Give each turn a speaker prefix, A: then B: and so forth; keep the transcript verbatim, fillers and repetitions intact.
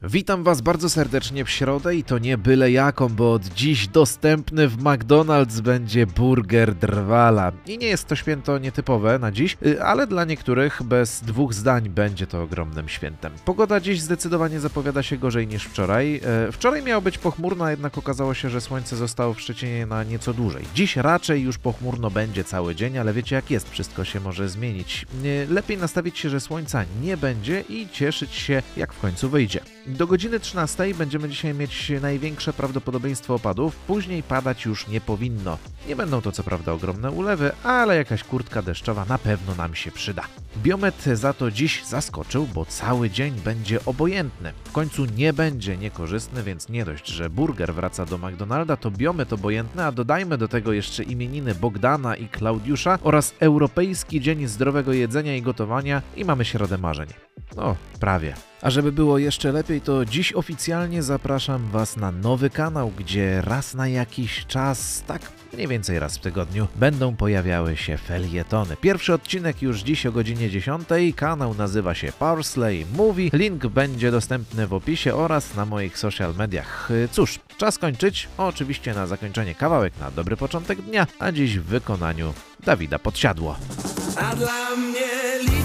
A: Witam Was bardzo serdecznie w środę i to nie byle jaką, bo od dziś dostępny w McDonald's będzie burger Drwala. I nie jest to święto nietypowe na dziś, ale dla niektórych bez dwóch zdań będzie to ogromnym świętem. Pogoda dziś zdecydowanie zapowiada się gorzej niż wczoraj. Wczoraj miało być pochmurno, jednak okazało się, że słońce zostało w Szczecinie na nieco dłużej. Dziś raczej już pochmurno będzie cały dzień, ale wiecie jak jest, wszystko się może zmienić. Lepiej nastawić się, że słońca nie będzie i cieszyć się jak w końcu wyjdzie. Do godziny trzynastej będziemy dzisiaj mieć największe prawdopodobieństwo opadów, później padać już nie powinno. Nie będą to co prawda ogromne ulewy, ale jakaś kurtka deszczowa na pewno nam się przyda. Biometr za to dziś zaskoczył, bo cały dzień będzie obojętny. W końcu nie będzie niekorzystny, więc nie dość, że burger wraca do McDonalda, to biometr obojętny, a dodajmy do tego jeszcze imieniny Bogdana i Klaudiusza oraz Europejski Dzień Zdrowego Jedzenia i Gotowania i mamy środę marzeń. No, prawie. A żeby było jeszcze lepiej, to dziś oficjalnie zapraszam Was na nowy kanał, gdzie raz na jakiś czas, tak mniej więcej raz w tygodniu, będą pojawiały się felietony. Pierwszy odcinek już dziś o godzinie dziesiątej, kanał nazywa się Parsley Movie, link będzie dostępny w opisie oraz na moich social mediach. Cóż, czas kończyć, oczywiście na zakończenie kawałek na dobry początek dnia, a dziś w wykonaniu Dawida Podsiadło.
B: A dla mnie